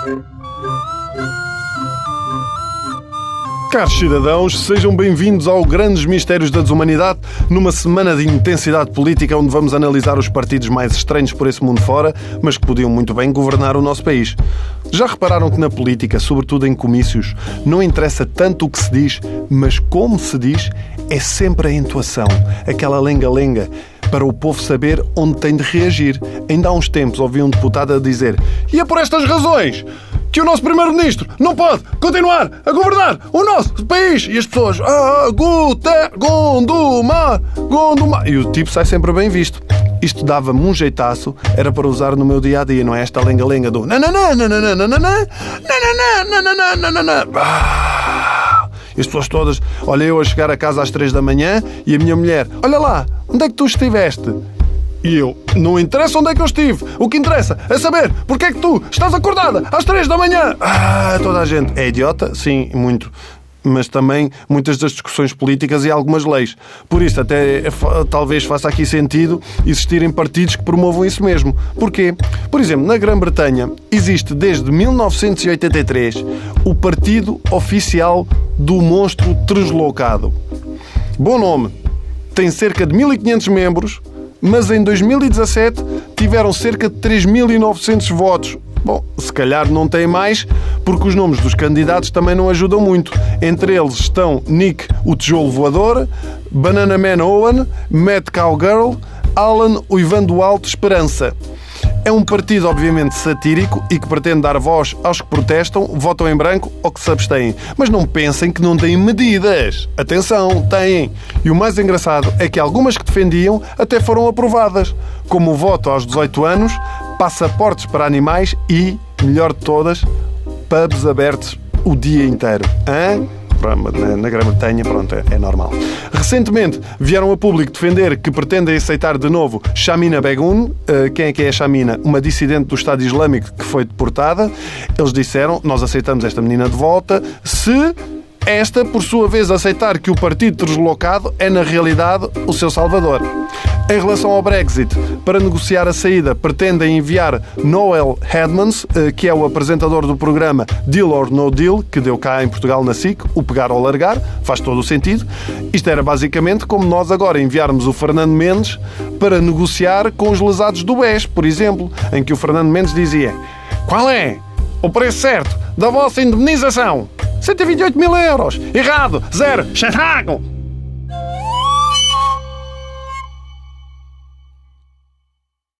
Caros cidadãos, sejam bem-vindos ao Grandes Mistérios da Desumanidade, numa semana de intensidade política onde vamos analisar os partidos mais estranhos por esse mundo fora, mas que podiam muito bem governar o nosso país. Já repararam que na política, sobretudo em comícios, não interessa tanto o que se diz, mas como se diz, é sempre a entoação, aquela lenga-lenga, para o povo saber onde tem de reagir. Ainda há uns tempos ouvi um deputado a dizer: e é por estas razões que o nosso primeiro-ministro não pode continuar a governar o nosso país. E as pessoas: Gondomar. E o tipo sai sempre bem visto. Isto dava-me um jeitaço, era para usar no meu dia-a-dia, não é esta lenga-lenga do e as pessoas todas, olha eu a chegar a casa às 3 da manhã e a minha mulher: olha lá, onde é que tu estiveste? E eu: não interessa onde é que eu estive, o que interessa é saber porque é que tu estás acordada às 3 da manhã. Toda a gente é idiota, sim, muito, mas também muitas das discussões políticas e algumas leis. Por isso, até talvez faça aqui sentido existirem partidos que promovam isso mesmo. Porquê? Por exemplo, na Grã-Bretanha existe desde 1983 o Partido Oficial do Monstro Translocado. Bom nome. Tem cerca de 1.500 membros, mas em 2017 tiveram cerca de 3.900 votos. Bom, se calhar não tem mais, porque os nomes dos candidatos também não ajudam muito. Entre eles estão Nick, o Tijolo Voador, Banana Man Owen, Matt Cowgirl, Alan, o Ivan do Alto Esperança. É um partido obviamente satírico e que pretende dar voz aos que protestam, votam em branco ou que se abstêm. Mas não pensem que não têm medidas. Atenção, têm. E o mais engraçado é que algumas que defendiam até foram aprovadas, como o voto aos 18 anos, passaportes para animais e, melhor de todas, pubs abertos o dia inteiro. Na Grã-Bretanha, pronto, é normal. Recentemente vieram a público defender que pretendem aceitar de novo Shamina Begum. Quem é que é a Shamina? Uma dissidente do Estado Islâmico que foi deportada. Eles disseram: nós aceitamos esta menina de volta se esta, por sua vez, aceitar que o partido translocado é, na realidade, o seu salvador. Em relação ao Brexit, para negociar a saída, pretendem enviar Noel Edmonds, que é o apresentador do programa Deal or No Deal, que deu cá em Portugal na SIC, o pegar ou largar, faz todo o sentido. Isto era basicamente como nós agora enviarmos o Fernando Mendes para negociar com os lesados do BES, por exemplo, em que o Fernando Mendes dizia: qual é o preço certo da vossa indemnização? 128 mil euros. Errado. 0. Espetáculo.